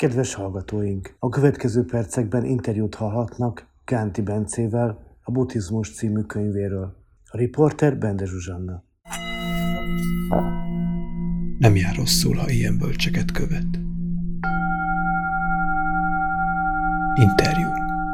Kedves hallgatóink! A következő percekben interjút hallhatnak Gánti Bencével a Buddhizmus című könyvéről. A riporter Bende Zsuzsanna. Nem jár rosszul, ha ilyen bölcseket követ. Interjú.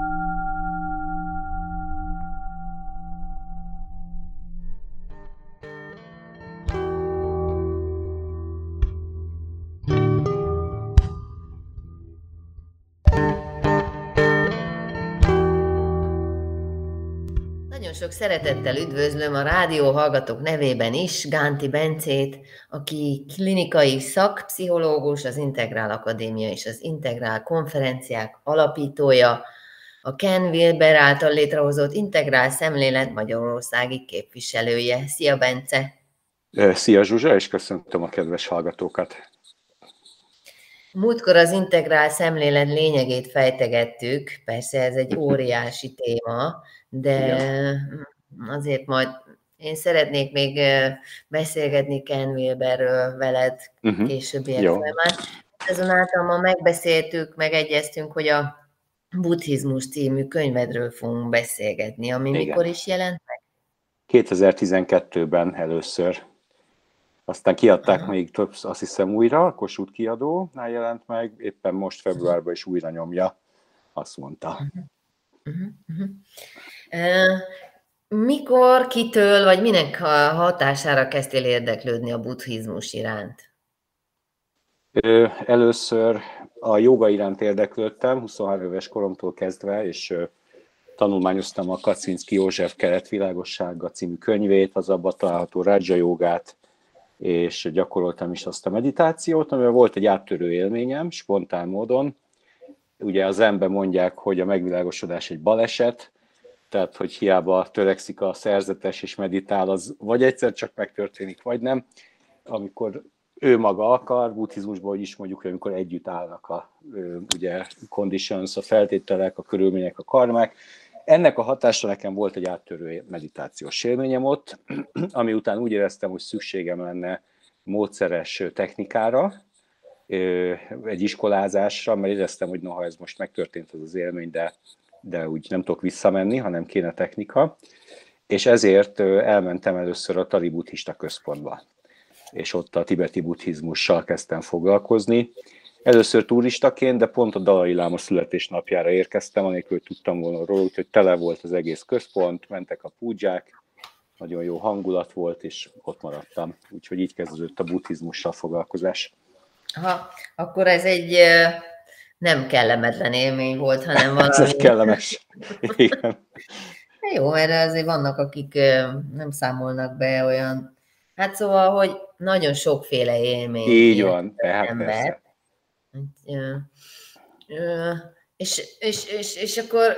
Nagyon sok szeretettel üdvözlöm a rádió hallgatók nevében is Gánti Bencét, aki klinikai szakpszichológus, az Integrál Akadémia és az Integrál konferenciák alapítója, a Ken Wilber által létrehozott Integrál Szemlélet magyarországi képviselője. Szia, Bence! Szia, Zsuzsa, és köszöntöm a kedves hallgatókat! Múltkor az integrál szemlélet lényegét fejtegettük, persze ez egy óriási téma, de igen, azért majd én szeretnék még beszélgetni Ken Wilberről veled későbbiek folyamán. Ezonáltal ma megbeszéltük, megegyeztünk, hogy a Buddhizmus című könyvedről fogunk beszélgetni, ami igen, mikor is jelent meg? 2012-ben először. Aztán kiadták még több, azt hiszem újra, a Kossuth kiadónál jelent meg, éppen most februárban is újra nyomja, azt mondta. Mikor, kitől, vagy minek hatására kezdtél érdeklődni a buddhizmus iránt? Először a jóga iránt érdeklődtem, 23 éves koromtól kezdve, és tanulmányoztam a Kaczynszki József Keletvilágossága című könyvét, az abban található Raja jogát, és gyakoroltam is azt a meditációt, amivel volt egy áttörő élményem, spontán módon. Ugye az zenben mondják, hogy a megvilágosodás egy baleset, tehát hogy hiába törekszik a szerzetes és meditál, az vagy egyszer csak megtörténik, vagy nem. Amikor ő maga akar, buddhizmusban is mondjuk, hogy amikor együtt állnak a ugye, conditions, a feltételek, a körülmények, a karmák. Ennek a hatása nekem volt egy áttörő meditációs élményem ott, ami után úgy éreztem, hogy szükségem lenne módszeres technikára, egy iskolázásra, mert éreztem, hogy noha ez most megtörtént az élmény, de úgy nem tudok visszamenni, hanem kéne technika. És ezért elmentem először a Tali buddhista központba, és ott a tibeti buddhizmussal kezdtem foglalkozni. Először turistaként, de pont a Dalai Láma születésnapjára érkeztem, anélkül tudtam volna róla, úgyhogy tele volt az egész központ, mentek a púdzsák, nagyon jó hangulat volt, és ott maradtam. Úgyhogy így kezdődött a buddhizmussal foglalkozás. Akkor ez egy nem kellemetlen élmény volt, hanem valami... Ez egy kellemes. Igen. Jó, mert azért vannak, akik nem számolnak be olyan... Hát szóval, hogy nagyon sokféle élmény. Így van, tehát persze. És akkor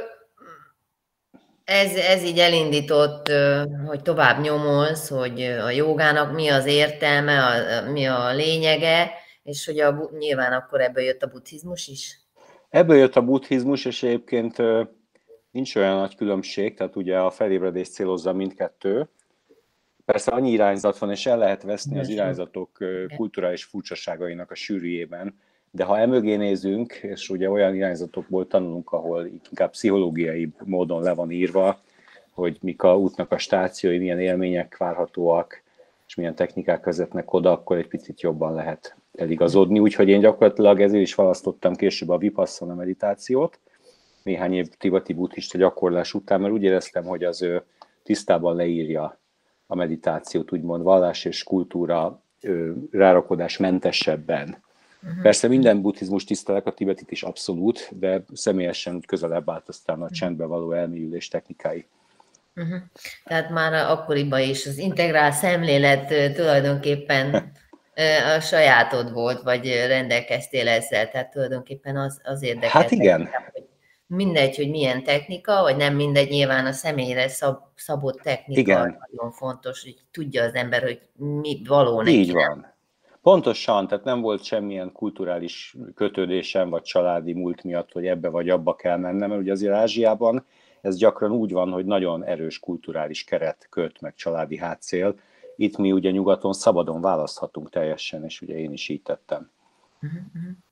ez így elindított, hogy tovább nyomolsz, hogy a jogának mi az értelme, mi a lényege, és hogy nyilván akkor ebből jött a buddhizmus is? Ebből jött a buddhizmus, és egyébként nincs olyan nagy különbség, tehát ugye a felébredést célozza mindkettő. Persze annyi irányzat van, és el lehet veszni az irányzatok kulturális furcsaságainak a sűrűjében, de ha emögé nézünk, és ugye olyan irányzatokból tanulunk, ahol inkább pszichológiai módon le van írva, hogy mik a útnak a stációi, milyen élmények várhatóak, és milyen technikák vezetnek oda, akkor egy picit jobban lehet eligazodni. Úgyhogy én gyakorlatilag ezért is választottam később a vipasszana meditációt, néhány év tibeti buddhista gyakorlás után, mert úgy éreztem, hogy az ő tisztában leírja a meditációt, úgymond vallás és kultúra rárakodás mentesebben. Persze minden buddhizmus tisztelek, a tibetit is abszolút, de személyesen közelebb állt aztán a csendbe való elmélyülés technikái. Tehát már akkoriban is az integrál szemlélet tulajdonképpen a sajátod volt, vagy rendelkeztél ezzel, tehát tulajdonképpen az érdekelt. Hát igen. Hogy mindegy, hogy milyen technika, vagy nem mindegy, nyilván a személyre szabott technika igen, nagyon fontos, hogy tudja az ember, hogy mi való neki. Így van. Pontosan, tehát nem volt semmilyen kulturális kötődésem, vagy családi múlt miatt, hogy ebbe vagy abba kell mennem, mert ugye azért Ázsiában ez gyakran úgy van, hogy nagyon erős kulturális keret köt, meg családi hátszél. Itt mi ugye nyugaton szabadon választhatunk teljesen, és ugye én is így tettem.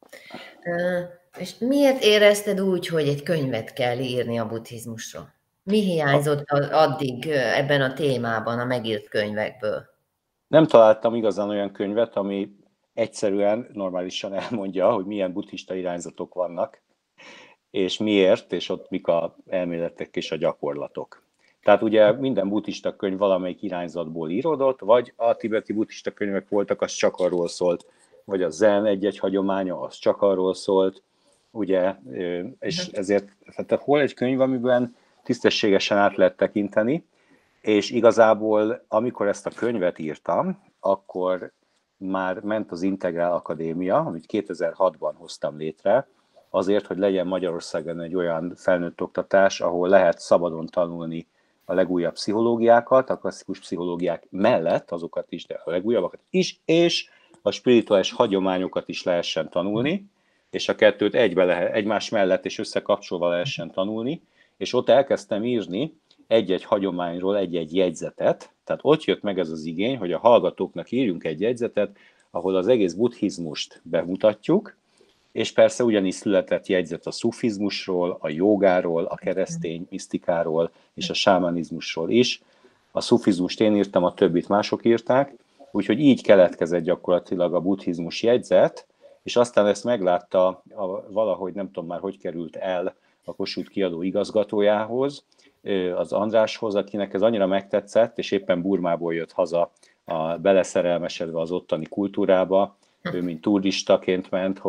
És miért érezted úgy, hogy egy könyvet kell írni a buddhizmusról? Mi hiányzott addig ebben a témában, a megírt könyvekből? Nem találtam igazán olyan könyvet, ami egyszerűen, normálisan elmondja, hogy milyen buddhista irányzatok vannak, és miért, és ott mik az elméletek és a gyakorlatok. Tehát ugye minden buddhista könyv valamelyik irányzatból íródott, vagy a tibeti buddhista könyvek voltak, az csak arról szólt, vagy a zen egy-egy hagyománya, az csak arról szólt, ugye, és ezért tehát hol egy könyv, amiben tisztességesen át lehet tekinteni, és igazából amikor ezt a könyvet írtam, akkor már ment az Integrál Akadémia, amit 2006-ban hoztam létre, azért, hogy legyen Magyarországon egy olyan felnőtt oktatás, ahol lehet szabadon tanulni a legújabb pszichológiákat, a klasszikus pszichológiák mellett, azokat is, de a legújabbakat is, és a spirituális hagyományokat is lehessen tanulni, és a kettőt egymás mellett és összekapcsolva lehessen tanulni, és ott elkezdtem írni egy-egy hagyományról egy-egy jegyzetet, tehát ott jött meg ez az igény, hogy a hallgatóknak írjunk egy jegyzetet, ahol az egész buddhizmust bemutatjuk, és persze ugyanígy született jegyzet a szufizmusról, a jogáról, a keresztény misztikáról és a sámánizmusról is. A szufizmust én írtam, a többit mások írták, úgyhogy így keletkezett gyakorlatilag a buddhizmus jegyzet, és aztán ezt meglátta valahogy, nem tudom már, hogy került el a Kossuth kiadó igazgatójához, az Andráshoz, akinek ez annyira megtetszett, és éppen Burmából jött haza, beleszerelmesedve az ottani kultúrába. Ő mint turistaként ment,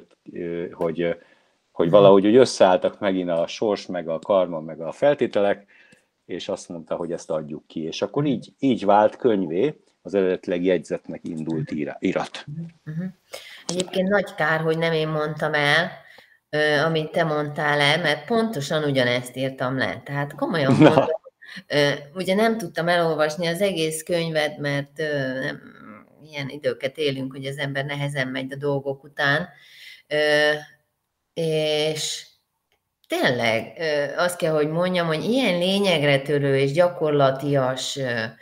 hogy valahogy hogy összeálltak megint a sors, meg a karma, meg a feltételek, és azt mondta, hogy ezt adjuk ki. És akkor így vált könyvé, az eredetileg jegyzetnek indult irat. Egyébként nagy kár, hogy nem én mondtam el, amit te mondtál el, mert pontosan ugyanezt írtam le. Tehát komolyan mondom, ugye nem tudtam elolvasni az egész könyvet, mert ilyen időket élünk, hogy az ember nehezen megy a dolgok után, és tényleg azt kell, hogy mondjam, hogy ilyen lényegre törő és gyakorlatias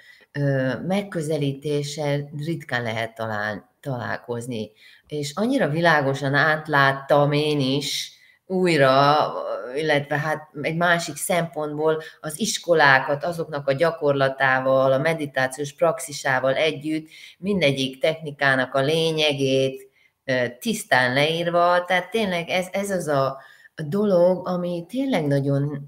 megközelítéssel ritkán lehet találkozni. És annyira világosan átláttam én is újra, illetve hát egy másik szempontból az iskolákat, azoknak a gyakorlatával, a meditációs praxisával együtt, mindegyik technikának a lényegét tisztán leírva, tehát tényleg ez az a dolog, ami tényleg nagyon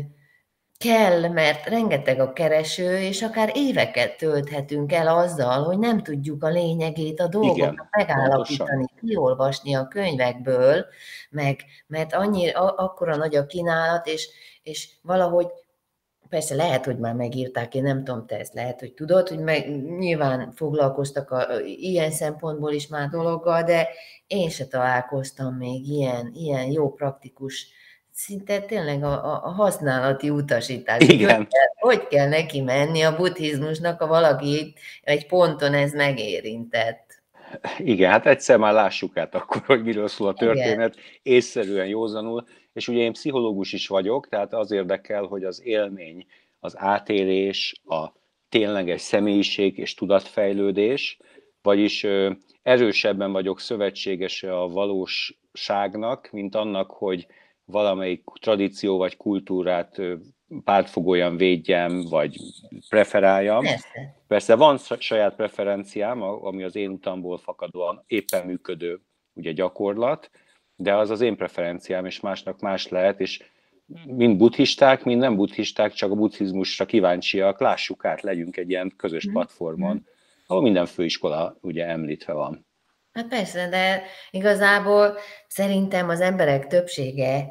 kell, mert rengeteg a kereső, és akár éveket tölthetünk el azzal, hogy nem tudjuk a lényegét a dolgoknak megállapítani, kiolvasni a könyvekből, mert akkora nagy a kínálat, és valahogy persze lehet, hogy már megírták, én nem tudom, te ezt lehet, hogy tudod, hogy nyilván foglalkoztak ilyen szempontból is már dologgal, de én se találkoztam még ilyen jó praktikus, szinte tényleg a használati utasítás. Igen. Hogy kell neki menni a buddhizmusnak, ha valaki egy ponton ez megérintett. Igen, hát egyszer már lássuk át akkor, hogy miről szól a történet, észszerűen, józanul. És ugye én pszichológus is vagyok, tehát az érdekel, hogy az élmény, az átélés, a tényleges személyiség és tudatfejlődés, vagyis erősebben vagyok szövetségese a valóságnak, mint annak, hogy valamelyik tradíció vagy kultúrát pártfogóan védjem, vagy preferáljam. Persze van saját preferenciám, ami az én utamból fakadóan éppen működő ugye, gyakorlat, de az én preferenciám, és másnak más lehet, és mind buddhisták, mind nem buddhisták, csak a buddhizmusra kíváncsiak, lássuk át, legyünk egy ilyen közös platformon, ahol minden főiskola ugye említve van. Hát persze, de igazából szerintem az emberek többsége,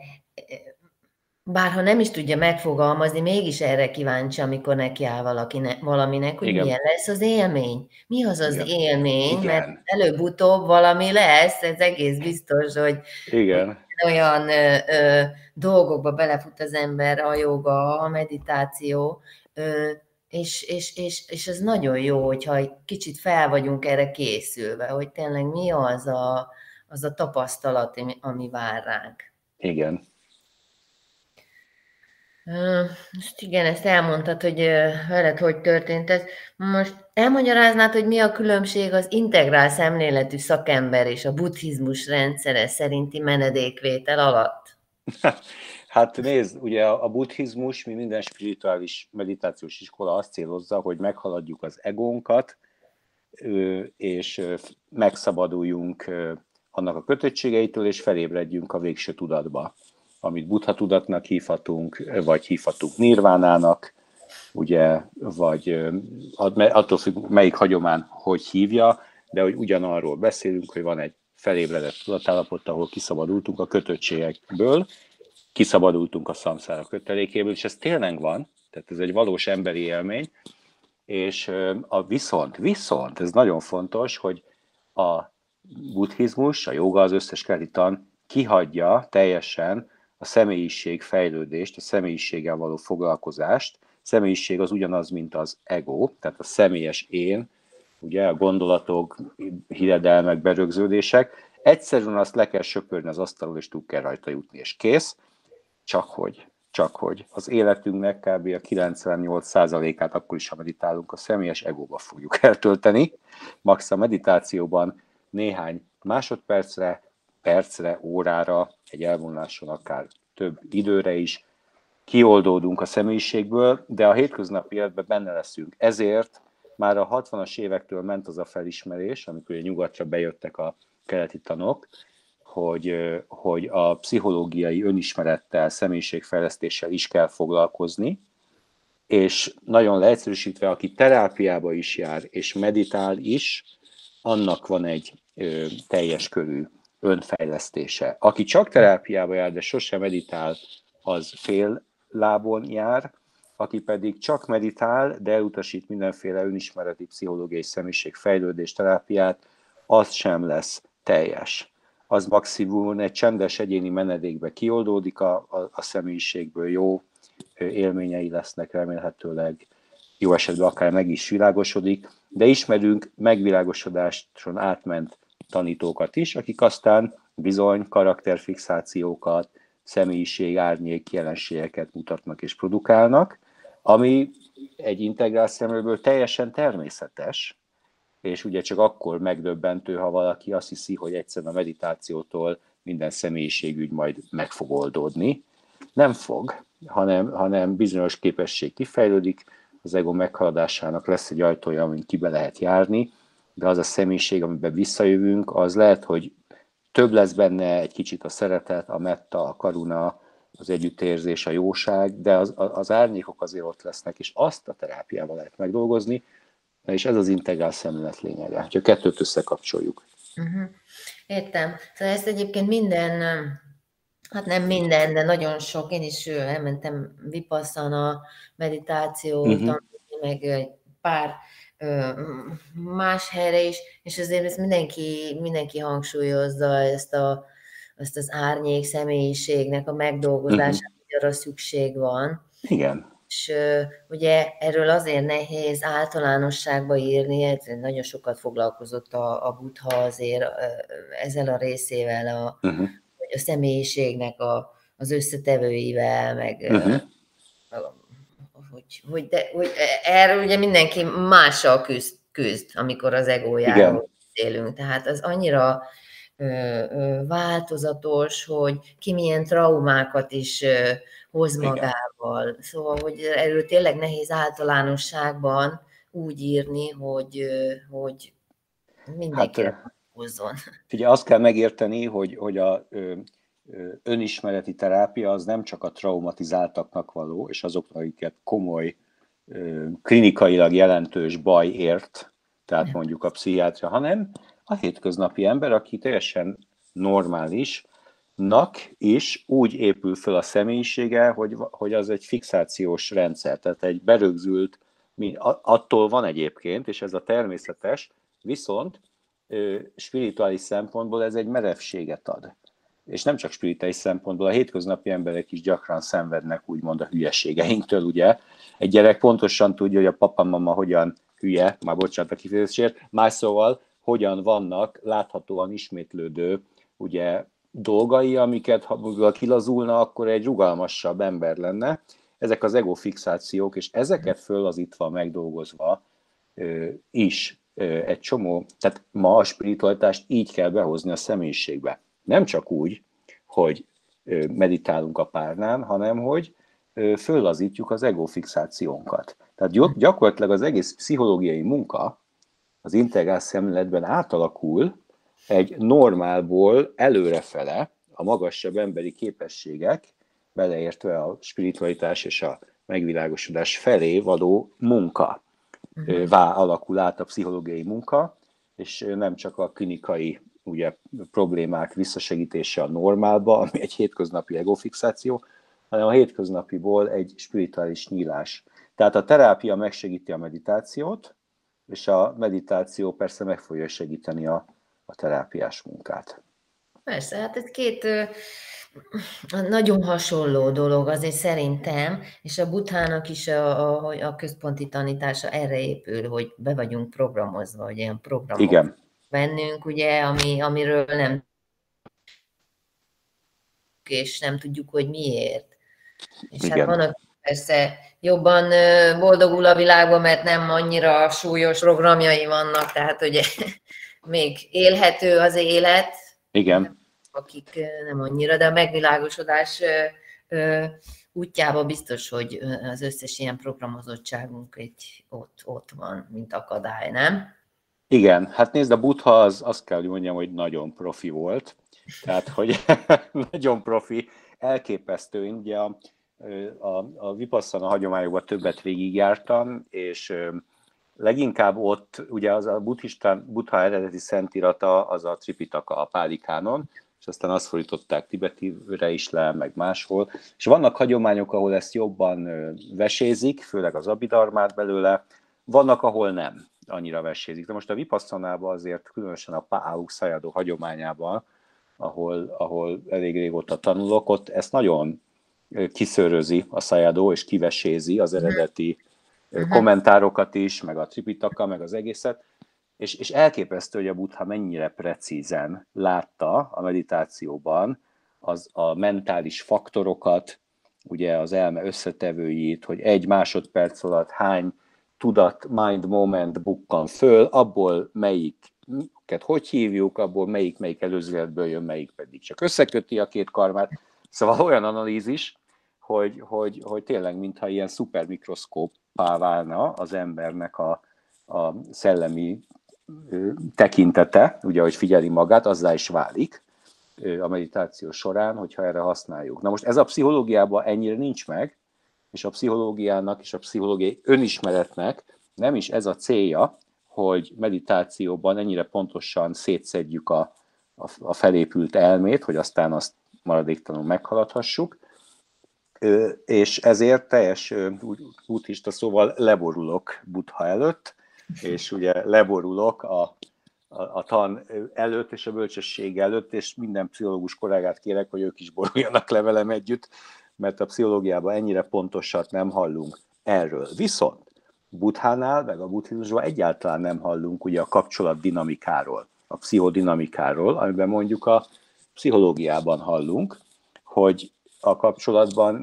bárha nem is tudja megfogalmazni, mégis erre kíváncsi, amikor nekiáll valaminek, hogy igen. Milyen lesz az élmény. Mi az az élmény, igen. Mert előbb-utóbb valami lesz, ez egész biztos, hogy igen. Olyan dolgokba belefut az ember, a joga, a meditáció, és ez nagyon jó, hogyha egy kicsit fel vagyunk erre készülve, hogy tényleg mi az a tapasztalat, ami vár ránk. Igen. Most igen, ezt elmondtad, hogy veled hogy történt ez. Most elmagyaráznád, hogy mi a különbség az integrál szemléletű szakember és a buddhizmus rendszere szerinti menedékvétel alatt? Hát nézd, ugye a buddhizmus, mi minden spirituális meditációs iskola azt célozza, hogy meghaladjuk az egónkat, és megszabaduljunk annak a kötöttségeitől, és felébredjünk a végső tudatba, amit buddha tudatnak hívhatunk, vagy hívhatunk nirvánának, ugye, vagy attól függ, melyik hagyomány hogy hívja, de hogy ugyanarról beszélünk, hogy van egy felébredett tudatállapot, ahol kiszabadultunk a kötöttségekből, kiszabadultunk a szamszára kötelékéből, és ez tényleg van, tehát ez egy valós emberi élmény, és viszont, ez nagyon fontos, hogy a buddhizmus, a jóga, az összes keleti tan kihagyja teljesen a személyiség fejlődést, a személyiséggel való foglalkozást. A személyiség az ugyanaz, mint az ego, tehát a személyes én, ugye a gondolatok, hiedelmek, berögződések. Egyszerűen azt le kell söpörni az asztalról, és túl kell rajta jutni, és kész. Csak hogy az életünknek kb. A 98%-át akkor is, ha meditálunk, a személyes egóba fogjuk eltölteni. Max a meditációban néhány másodpercre, percre, órára, egy elvonuláson akár több időre is kioldódunk a személyiségből, de a hétköznapi életben benne leszünk. Ezért már a 60-as évektől ment az a felismerés, amikor nyugatra bejöttek a keleti tanok, hogy a pszichológiai önismerettel, személyiségfejlesztéssel is kell foglalkozni, és nagyon leegyszerűsítve, aki terápiába is jár, és meditál is, annak van egy teljes körű önfejlesztése. Aki csak terápiába jár, de sosem meditál, az fél lábon jár, aki pedig csak meditál, de elutasít mindenféle önismereti, pszichológiai személyiségfejlődés terápiát, az sem lesz teljes. Az maximum egy csendes egyéni menedékbe kioldódik a személyiségből, jó élményei lesznek remélhetőleg, jó esetben akár meg is világosodik, de ismerünk megvilágosodáson átment tanítókat is, akik aztán bizony karakterfixációkat, személyiség, árnyék jelenségeket mutatnak és produkálnak, ami egy integrál szemlélőből teljesen természetes, és ugye csak akkor megdöbbentő, ha valaki azt hiszi, hogy egyszerűen a meditációtól minden személyiségügy majd meg fog oldódni. Nem fog, hanem bizonyos képesség kifejlődik, az ego meghaladásának lesz egy ajtója, amin kibe lehet járni, de az a személyiség, amiben visszajövünk, az lehet, hogy több lesz benne egy kicsit a szeretet, a metta, a karuna, az együttérzés, a jóság, de az árnyékok azért ott lesznek, és azt a terápiával lehet megdolgozni, és ez az integrál szemlélet lényege, hogy a kettőt összekapcsoljuk. Értem. Szóval ezt egyébként minden, hát nem minden, de nagyon sok, én is elmentem vipasszana meditációt, tanulni, meg egy pár más helyre is, és azért ezt mindenki hangsúlyozza ezt az árnyék személyiségnek a megdolgozását, hogy arra szükség van. Igen. És ugye erről azért nehéz általánosságba írni, nagyon sokat foglalkozott a Buddha azért ezzel a részével, hogy a személyiségnek az összetevőivel, meg hogy erről ugye mindenki mással küzd, amikor az egójáról beszélünk. Tehát az annyira változatos, hogy ki milyen traumákat is hoz magával. Szóval, hogy erről tényleg nehéz általánosságban úgy írni, hogy mindenkire hozzon. Figyelj, azt kell megérteni, hogy a önismereti terápia az nem csak a traumatizáltaknak való, és azoknak, akiket komoly, klinikailag jelentős baj ért, tehát mondjuk a pszichiátria, hanem a hétköznapi ember, aki teljesen normálisnak is úgy épül fel a személyisége, hogy az egy fixációs rendszer, tehát egy berögzült, attól van egyébként, és ez a természetes, viszont spirituális szempontból ez egy merevséget ad. És nem csak spirituális szempontból, a hétköznapi emberek is gyakran szenvednek úgymond a hülyeségeinktől, ugye. Egy gyerek pontosan tudja, hogy a papa-mama hogyan hülye, már bocsánat a kifejezésért, más szóval hogyan vannak láthatóan ismétlődő ugye, dolgai, amiket ha kilazulna, akkor egy rugalmasabb ember lenne. ezek az egofixációk, és ezeket föllazítva, megdolgozva is egy csomó, tehát ma a spiritualitást így kell behozni a személyiségbe. Nem csak úgy, hogy meditálunk a párnán, hanem hogy föllazítjuk az egofixációnkat. Tehát gyakorlatilag az egész pszichológiai munka az integrál szemléletben átalakul egy normálból előrefele a magasabb emberi képességek, beleértve a spiritualitás és a megvilágosodás felé való munka. Alakul át a pszichológiai munka, és nem csak a klinikai ugye, problémák visszasegítése a normálba, ami egy hétköznapi egofixáció, hanem a hétköznapiból egy spirituális nyílás. Tehát a terápia megsegíti a meditációt, és a meditáció persze meg fogja segíteni a terápiás munkát. Persze, hát ez két nagyon hasonló dolog azért szerintem, és a Buddhának is a központi tanítása erre épül, hogy be vagyunk programozva, hogy ilyen programok Igen. bennünk, ugye, amiről nem és nem tudjuk, hogy miért. És Igen. hát vannak persze jobban boldogul a világban, mert nem annyira súlyos programjai vannak, tehát ugye még élhető az élet. Igen. Akik nem annyira, de a megvilágosodás útjába biztos, hogy az összes ilyen programozottságunk ott van, mint akadály, nem? Igen, hát nézd, a Buddha azt kell, hogy mondjam, hogy nagyon profi volt. Tehát, hogy nagyon profi, elképesztő. Én ugye a Vipasszana hagyományokban többet végigjártam, és leginkább ott, ugye az a Buddha eredeti szentirata, az a Tripitaka, a Páli Kánon, és aztán azt fordították tibetire is le, meg máshol. És vannak hagyományok, ahol ezt jobban vesézik, főleg az Abhidharmát belőle, vannak, ahol nem annyira vesézik. De most a Vipasszanában azért, különösen a Pāuk Sayadaw hagyományában, ahol elég régóta tanulok, ott ezt nagyon kiszőrözi a Sayadaw, és kivesézi az eredeti kommentárokat is, meg a Tripitaka, meg az egészet, és elképesztő, hogy a Buddha mennyire precízen látta a meditációban a mentális faktorokat, ugye az elme összetevőjét, hogy egy másodperc alatt hány tudat, mind moment bukkan föl, abból melyiket hogy hívjuk, abból melyik előző életből jön, melyik pedig csak összeköti a két karmát. Szóval olyan analízis, hogy tényleg mintha ilyen szupermikroszkóppá válna az embernek a szellemi tekintete, ugye, hogy figyeli magát, azzá is válik a meditáció során, hogyha erre használjuk. Na most ez a pszichológiában ennyire nincs meg, és a pszichológiának és a pszichológiai önismeretnek nem is ez a célja, hogy meditációban ennyire pontosan szétszedjük a felépült elmét, hogy aztán azt maradéktalanul meghaladhassuk, és ezért teljes buddhista szóval leborulok Buddha előtt, és ugye leborulok a tan előtt és a bölcsesség előtt, és minden pszichológus kollégát kérek, hogy ők is boruljanak le velem együtt, mert a pszichológiában ennyire pontosat nem hallunk erről. Viszont Buddhánál, meg a buddhizmusban egyáltalán nem hallunk ugye a kapcsolat dinamikáról, a pszichodinamikáról, amiben mondjuk a pszichológiában hallunk, hogy a kapcsolatban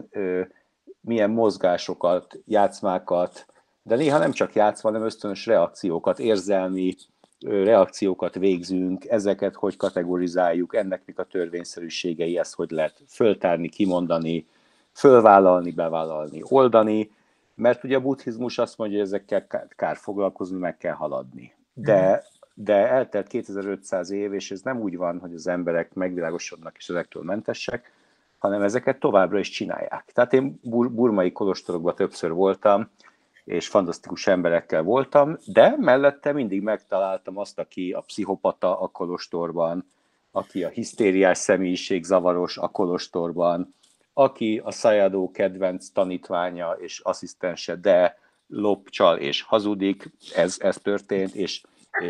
milyen mozgásokat, játszmákat, de néha nem csak játszma, hanem ösztönös reakciókat, érzelmi reakciókat végzünk, ezeket hogy kategorizáljuk, ennek mik a törvényszerűségei, ezt hogy lehet föltárni, kimondani, fölvállalni, bevállalni, oldani, mert ugye a buddhizmus azt mondja, hogy ezekkel kár foglalkozni, meg kell haladni. De eltelt 2500 év, és ez nem úgy van, hogy az emberek megvilágosodnak és ezektől mentesek, hanem ezeket továbbra is csinálják. Tehát én burmai kolostorokban többször voltam, és fantasztikus emberekkel voltam, de mellette mindig megtaláltam azt, aki a pszichopata a kolostorban, aki a hisztériás személyiség zavaros a kolostorban, aki a Sayadaw kedvenc tanítványa és asszisztense, de lop, csal és hazudik, ez történt, és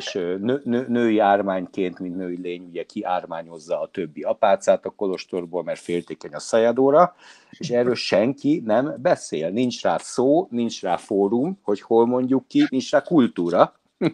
női ármányként, mint női lény, ugye kiármányozza a többi apácát a kolostorból, mert féltékeny a Sayadawra, és erről senki nem beszél. Nincs rá szó, nincs rá fórum, hogy hol mondjuk ki, nincs rá kultúra.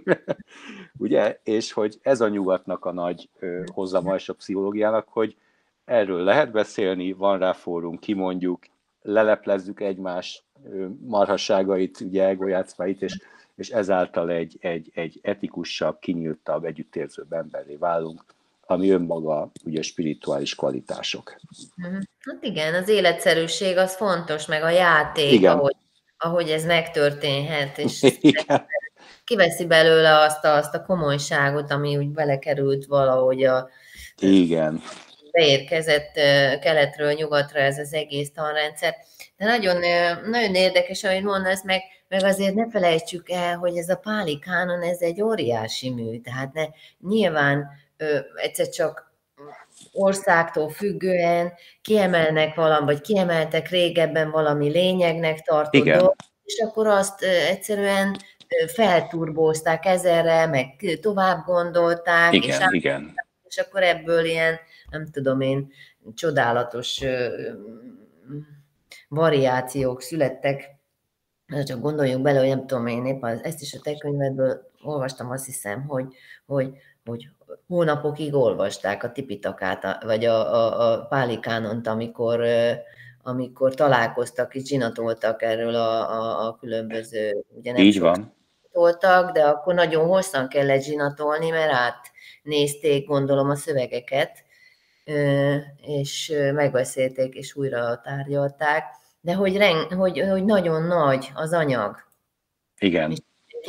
Ugye? És hogy ez a nyugatnak a nagy hozama és a pszichológiának, hogy erről lehet beszélni, van rá fórum, kimondjuk, leleplezzük egymás marhasságait, ugye egojácmáit, és ezáltal egy etikusabb, kinyíltabb, együttérzőbb emberré válunk, ami önmaga ugye spirituális kvalitások. Hát igen, az életszerűség az fontos, meg a játék, Igen. ahogy ez megtörténhet, és Igen. kiveszi belőle azt a komolyságot, ami úgy belekerült valahogy Igen. beérkezett keletről nyugatra ez az egész tanrendszer. De nagyon, nagyon érdekes, ahogy mondasz, meg azért ne felejtsük el, hogy ez a páli kánon, ez egy óriási mű, tehát nyilván egyszer csak országtól függően kiemelnek valami, vagy kiemeltek régebben valami lényegnek tartott dolgot, és akkor azt egyszerűen felturbózták ezerre, meg tovább gondolták, Igen. és akkor ebből ilyen, nem tudom én, csodálatos variációk születtek. Csak gondoljunk bele, hogy nem tudom én, éppen ezt is a te könyvedből olvastam, azt hiszem, hogy hónapokig olvasták a Tipitakát, vagy a Páli Kánont, amikor találkoztak és zsinatoltak erről a különböző, ugye nem így van. zsinatoltak, de akkor nagyon hosszan kellett zsinatolni, mert átnézték, gondolom, a szövegeket, és megbeszélték, és újra tárgyalták, de hogy nagyon nagy az anyag. Igen. És ki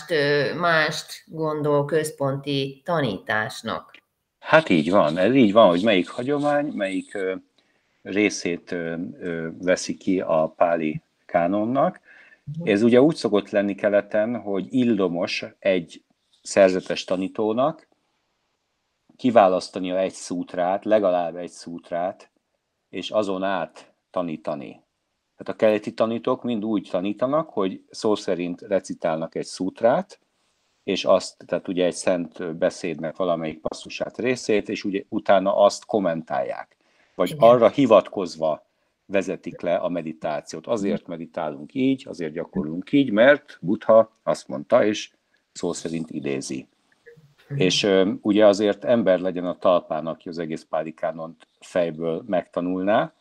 mást gondol központi tanításnak. Hát így van, ez így van, hogy melyik hagyomány, melyik részét veszi ki a páli kánonnak. Ez ugye úgy szokott lenni keleten, hogy ildomos egy szerzetes tanítónak kiválasztania egy szútrát, legalább egy szútrát, és azon át tanítani. Tehát a keleti tanítók mind úgy tanítanak, hogy szó szerint recitálnak egy szútrát, és azt, tehát ugye egy szent beszédnek valamelyik passzusát, részét, és ugye utána azt kommentálják. Vagy Igen. arra hivatkozva vezetik le a meditációt. Azért meditálunk így, azért gyakorlunk így, mert Buddha azt mondta, és szó szerint idézi. És ugye azért ember legyen a talpán, aki az egész Páli Kánont fejből megtanulná,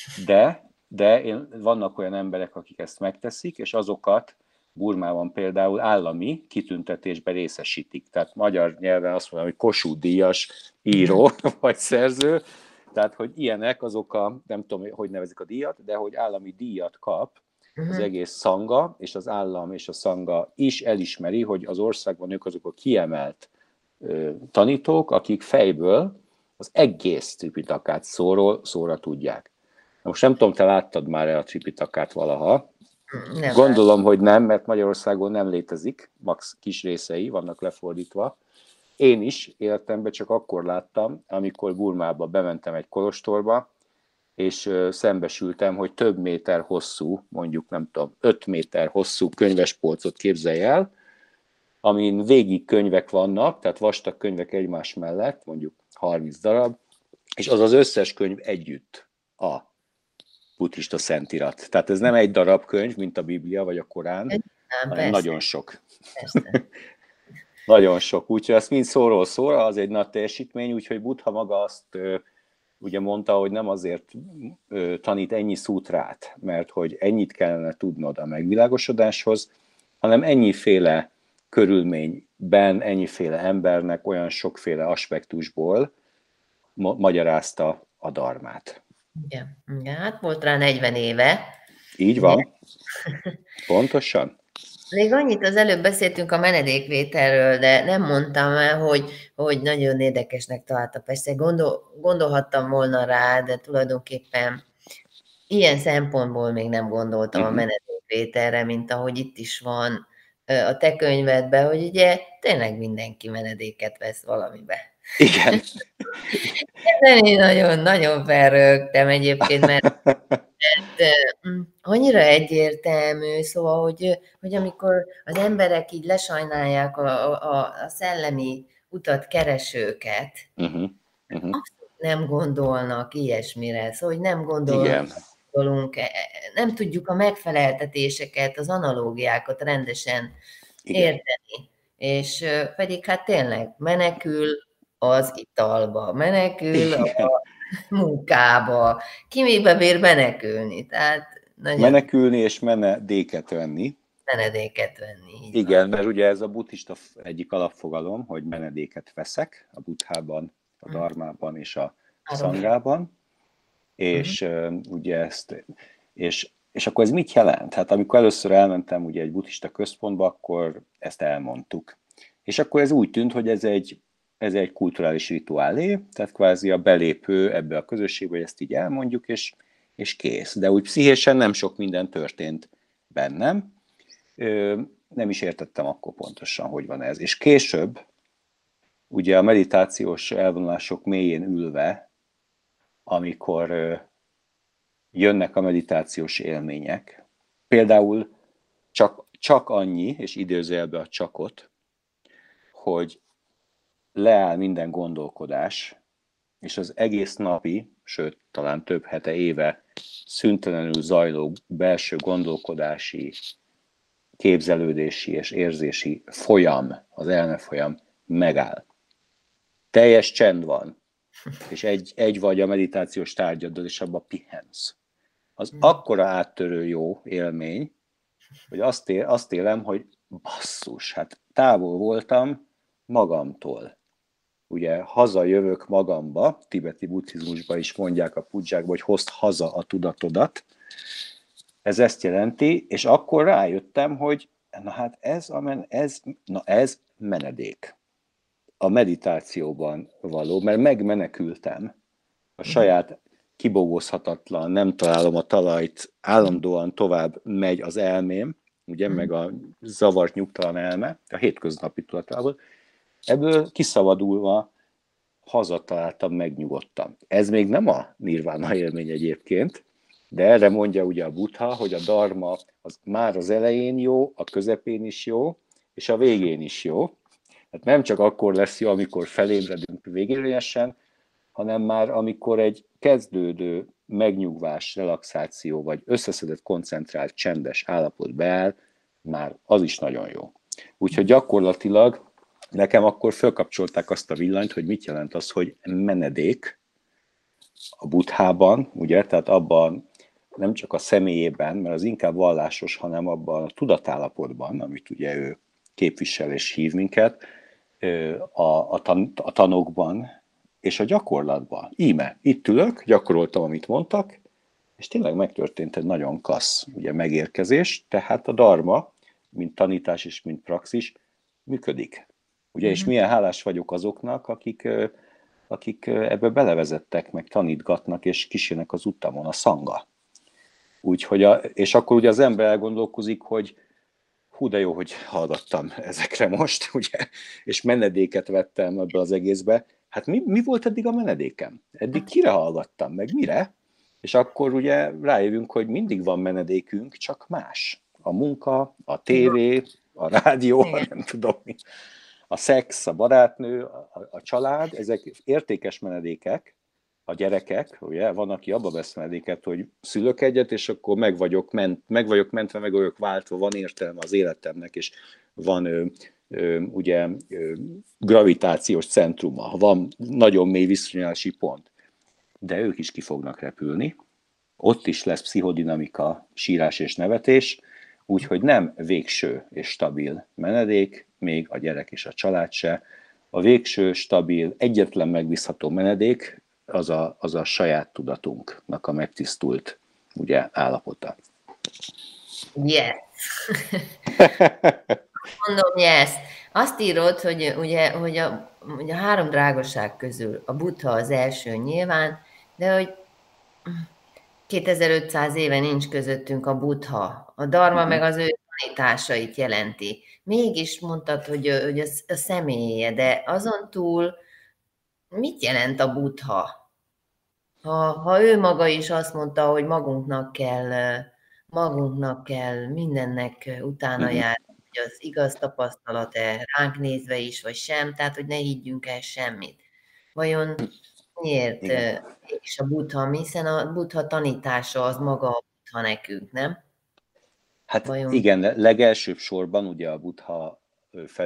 de vannak olyan emberek, akik ezt megteszik, és azokat Burmában például állami kitüntetésbe részesítik. Tehát magyar nyelven azt mondom, hogy Kossuth-díjas író vagy szerző, tehát hogy ilyenek azok nem tudom, hogy nevezik a díjat, de hogy állami díjat kap az egész szanga, és az állam és a szanga is elismeri, hogy az országban ők azok a kiemelt tanítók, akik fejből az egész Tripitakát szóra tudják. Most nem tudom, te láttad már a Tripitakát valaha. Nem. Gondolom, hogy nem, mert Magyarországon nem létezik, max kis részei vannak lefordítva. Én is életemben csak akkor láttam, amikor Burmába bementem egy kolostorba, és szembesültem, hogy több méter hosszú, mondjuk nem tudom, 5 méter hosszú könyvespolcot képzelj el, amin végig könyvek vannak, tehát vastag könyvek egymás mellett, mondjuk 30 darab, és az összes könyv együtt a buddhista szentirat. Tehát ez nem egy darab könyv, mint a Biblia vagy a Korán, hanem nagyon sok. Nagyon sok. Úgyhogy ezt mind szóról szóra, az egy nagy teljesítmény, úgyhogy Buddha maga azt ugye mondta, hogy nem azért tanít ennyi szútrát, mert hogy ennyit kellene tudnod a megvilágosodáshoz, hanem ennyiféle körülményben, ennyiféle embernek olyan sokféle aspektusból magyarázta a dharmát. Igen, hát volt rá 40 éve. Így van. Pontosan. Még annyit az előbb beszéltünk a menedékvételről, de nem mondtam el, hogy nagyon érdekesnek találta. Persze gondolhattam volna rá, de tulajdonképpen ilyen szempontból még nem gondoltam a menedékvételre, mint ahogy itt is van a te könyvedben, hogy ugye tényleg mindenki menedéket vesz valamibe. Igen. Ezen én nagyon felrögtem egyébként, mert annyira egyértelmű, szóval, hogy amikor az emberek így lesajnálják a szellemi utat keresőket, nem gondolnak ilyesmire, szóval, hogy nem gondolunk, nem tudjuk a megfeleltetéseket, az analógiákat rendesen érteni, és pedig hát tényleg menekül az italba, menekül munkába. Ki mibe bír menekülni, tehát nagyon Menekülni és menedéket venni. menedéket venni, így Igen, van. mert ugye ez a buddhista egyik alapfogalom, hogy menedéket veszek a buddhában, a dharmában és a szangában, és ugye ezt, és akkor ez mit jelent? Hát amikor először elmentem ugye egy buddhista központba, akkor ezt elmondtuk. És akkor ez úgy tűnt, hogy ez egy kulturális rituálé, tehát kvázi a belépő ebbe a közösségbe, hogy ezt így elmondjuk, és kész. De úgy pszichésen nem sok minden történt bennem. Nem is értettem akkor pontosan, hogy van ez. És később, ugye a meditációs elvonulások mélyén ülve, amikor jönnek a meditációs élmények, például csak annyi, és idézőjelbe a csakot, hogy leáll minden gondolkodás, és az egész napi, sőt, talán több hete, éve szüntelenül zajló belső gondolkodási, képzelődési és érzési folyam, az elmefolyam megáll. Teljes csend van, és egy vagy a meditációs tárgyaddal, és abba pihensz. Az akkora áttörő jó élmény, hogy azt élem, hogy basszus, hát távol voltam magamtól. Ugye hazajövök magamba, tibeti buddhizmusban is mondják a pudzsákban, hogy hozd haza a tudatodat. Ez ezt jelenti, és akkor rájöttem, hogy na hát ez menedék. A meditációban való, mert megmenekültem a saját kibogozhatatlan, nem találom a talajt, állandóan tovább megy az elmém, ugye, meg a zavart nyugtalan elme, a hétköznapi tudatából. Ebből kiszabadulva hazataláltam, megnyugodtam. Ez még nem a nirvána élmény egyébként, de erre mondja ugye a Buddha, hogy a dharma az már az elején jó, a közepén is jó, és a végén is jó. Hát nem csak akkor lesz jó, amikor felébredünk végérvényesen, hanem már amikor egy kezdődő megnyugvás, relaxáció, vagy összeszedett, koncentrált, csendes állapot beáll, már az is nagyon jó. Úgyhogy gyakorlatilag nekem akkor fölkapcsolták azt a villanyt, hogy mit jelent az, hogy menedék a Buddhában, ugye, tehát abban nem csak a személyében, mert az inkább vallásos, hanem abban a tudatállapotban, amit ugye ő képvisel és hív minket, a tanokban és a gyakorlatban. Íme, itt ülök, gyakoroltam, amit mondtak, és tényleg megtörtént egy nagyon klassz ugye, megérkezés, tehát a dharma, mint tanítás és mint praxis működik. Ugye, és milyen hálás vagyok azoknak, akik ebbe belevezettek, meg tanítgatnak, és kísérnek az utamon, a szanga. Úgyhogy és akkor ugye az ember elgondolkozik, hogy hú, de jó, hogy hallgattam ezekre most, ugye, és menedéket vettem ebből az egészbe. Hát mi volt eddig a menedékem? Eddig kire hallgattam, meg mire? És akkor ugye rájövünk, hogy mindig van menedékünk, csak más. A munka, a tévé, a rádió, nem tudom mi. A szex, a barátnő, a család, ezek értékes menedékek, a gyerekek, ugye, van, aki abba vesz menedéket, hogy szülök egyet, és akkor meg vagyok mentve, meg vagyok váltva, van értelme az életemnek, és van ugye gravitációs centruma, van nagyon mély viszonyulási pont. De ők is ki fognak repülni, ott is lesz pszichodinamika, sírás és nevetés, úgyhogy nem végső és stabil menedék, még a gyerek és a család se. A végső, stabil, egyetlen megbízható menedék az a saját tudatunknak a megtisztult ugye, állapota. Yes. Mondom, yes. Azt írod, hogy ugye a három drágaság közül a Buddha az első nyilván, de hogy 2500 éve nincs közöttünk a Buddha. A dharma meg az ő tanításait jelenti. Mégis mondtad, hogy a személye, de azon túl mit jelent a Buddha? Ha ő maga is azt mondta, hogy magunknak kell mindennek utána járni, hogy az igaz tapasztalat-e ránk nézve is, vagy sem, tehát hogy ne higgyünk el semmit. Vajon miért és a Buddha, hiszen a Buddha tanítása az maga a Buddha nekünk, nem? Hát igen, legelsőbb sorban ugye a Buddha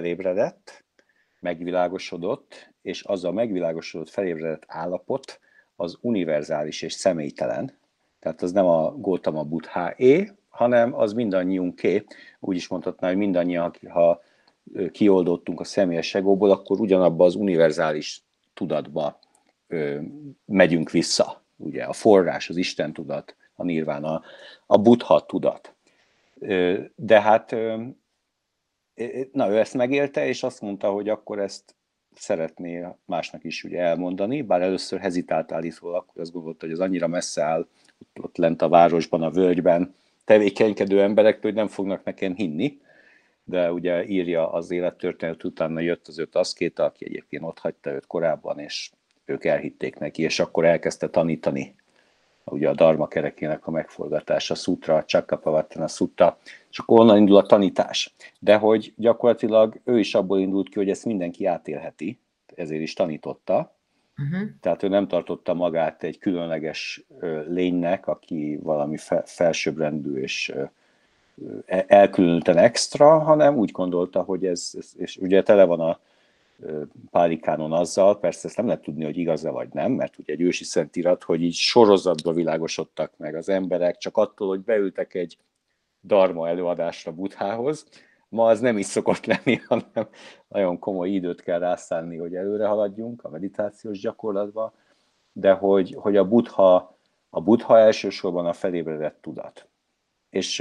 felébredett, megvilágosodott, és az a megvilágosodott, felébredett állapot, az univerzális és személytelen, tehát az nem a Gautama Buddháé, hanem az mindannyiunké. Úgy is mondhatná, hogy mindannyian, ha kioldottunk a személyes egóból, akkor ugyanabba az univerzális tudatba megyünk vissza. Ugye a forrás, az Isten tudat, a nirvána, a Buddha tudat. De hát ő ezt megélte, és azt mondta, hogy akkor ezt szeretné másnak is ugye elmondani, bár először hezitált állítólag, akkor azt gondolta, hogy az annyira messze áll, ott lent a városban, a völgyben tevékenykedő emberek, hogy nem fognak nekem hinni, de ugye írja az élettörténet, utána jött az 5 aszkéta, aki egyébként ott hagyta őt korábban, és ők elhitték neki, és akkor elkezdte tanítani ugye a dharma kerekének a megforgatása, sutra, a Csakkapavattana sutta, és akkor onnan indul a tanítás. De hogy gyakorlatilag ő is abból indult ki, hogy ezt mindenki átélheti, ezért is tanította. Tehát ő nem tartotta magát egy különleges lénynek, aki valami felsőbbrendű és elkülönülten extra, hanem úgy gondolta, hogy ez és ugye tele van a Páli kánon azzal, persze ezt nem lehet tudni, hogy igaz-e vagy nem, mert ugye egy ősi szentirat, hogy így sorozatban világosodtak meg az emberek, csak attól, hogy beültek egy dharma előadásra Buddhához. Ma az nem is szokott lenni, hanem nagyon komoly időt kell rászánni, hogy előre haladjunk a meditációs gyakorlatba, de hogy a Buddha elsősorban a felébredett tudat. És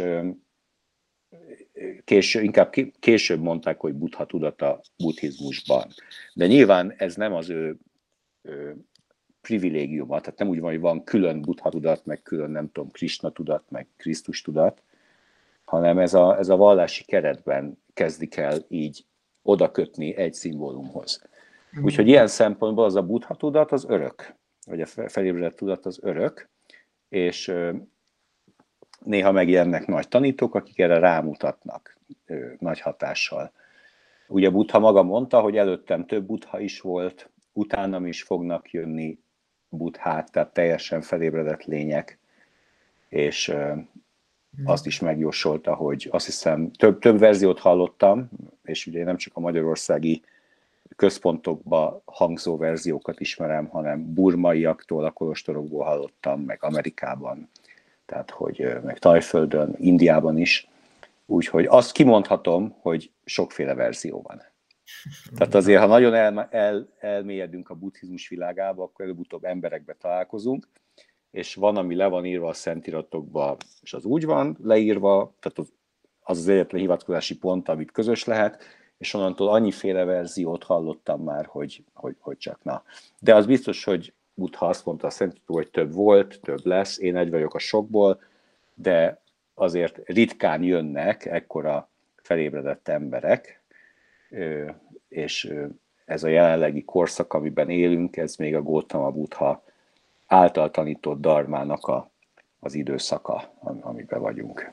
inkább később mondták, hogy Buddha tudata buddhizmusban. De nyilván ez nem az ő privilégiuma, tehát nem úgy van, hogy van külön Buddha tudat, meg külön, nem tudom, Krisna tudat, meg Krisztus tudat, hanem ez a vallási keretben kezdik el így odakötni egy szimbólumhoz. Úgyhogy ilyen szempontból az a Buddha tudat az örök, vagy a felébredett tudat az örök, és néha megjelennek nagy tanítók, akik erre rámutatnak nagy hatással. Ugye Buddha maga mondta, hogy előttem több Buddha is volt, utánam is fognak jönni Buddhák, tehát teljesen felébredett lények, és azt is megjósolta, hogy azt hiszem több verziót hallottam, és ugye nem csak a magyarországi központokba hangzó verziókat ismerem, hanem burmaiaktól, a kolostorokból hallottam, meg Amerikában, tehát hogy meg Tajföldön, Indiában is. Úgyhogy azt kimondhatom, hogy sokféle verzió van. Tehát azért, ha nagyon elmélyedünk a buddhizmus világába, akkor előbb-utóbb emberekbe találkozunk, és van, ami le van írva a szentiratokba, és az úgy van leírva, tehát az egyetlen hivatkozási pont, amit közös lehet, és onnantól annyiféle verziót hallottam már, hogy csak na. De az biztos, hogy Buddha azt mondta a szentiratokba, hogy több volt, több lesz, én egy vagyok a sokból, de azért ritkán jönnek ekkora felébredett emberek, és ez a jelenlegi korszak, amiben élünk, ez még a Gautama Buddha által tanított dharmának az időszaka, amiben vagyunk.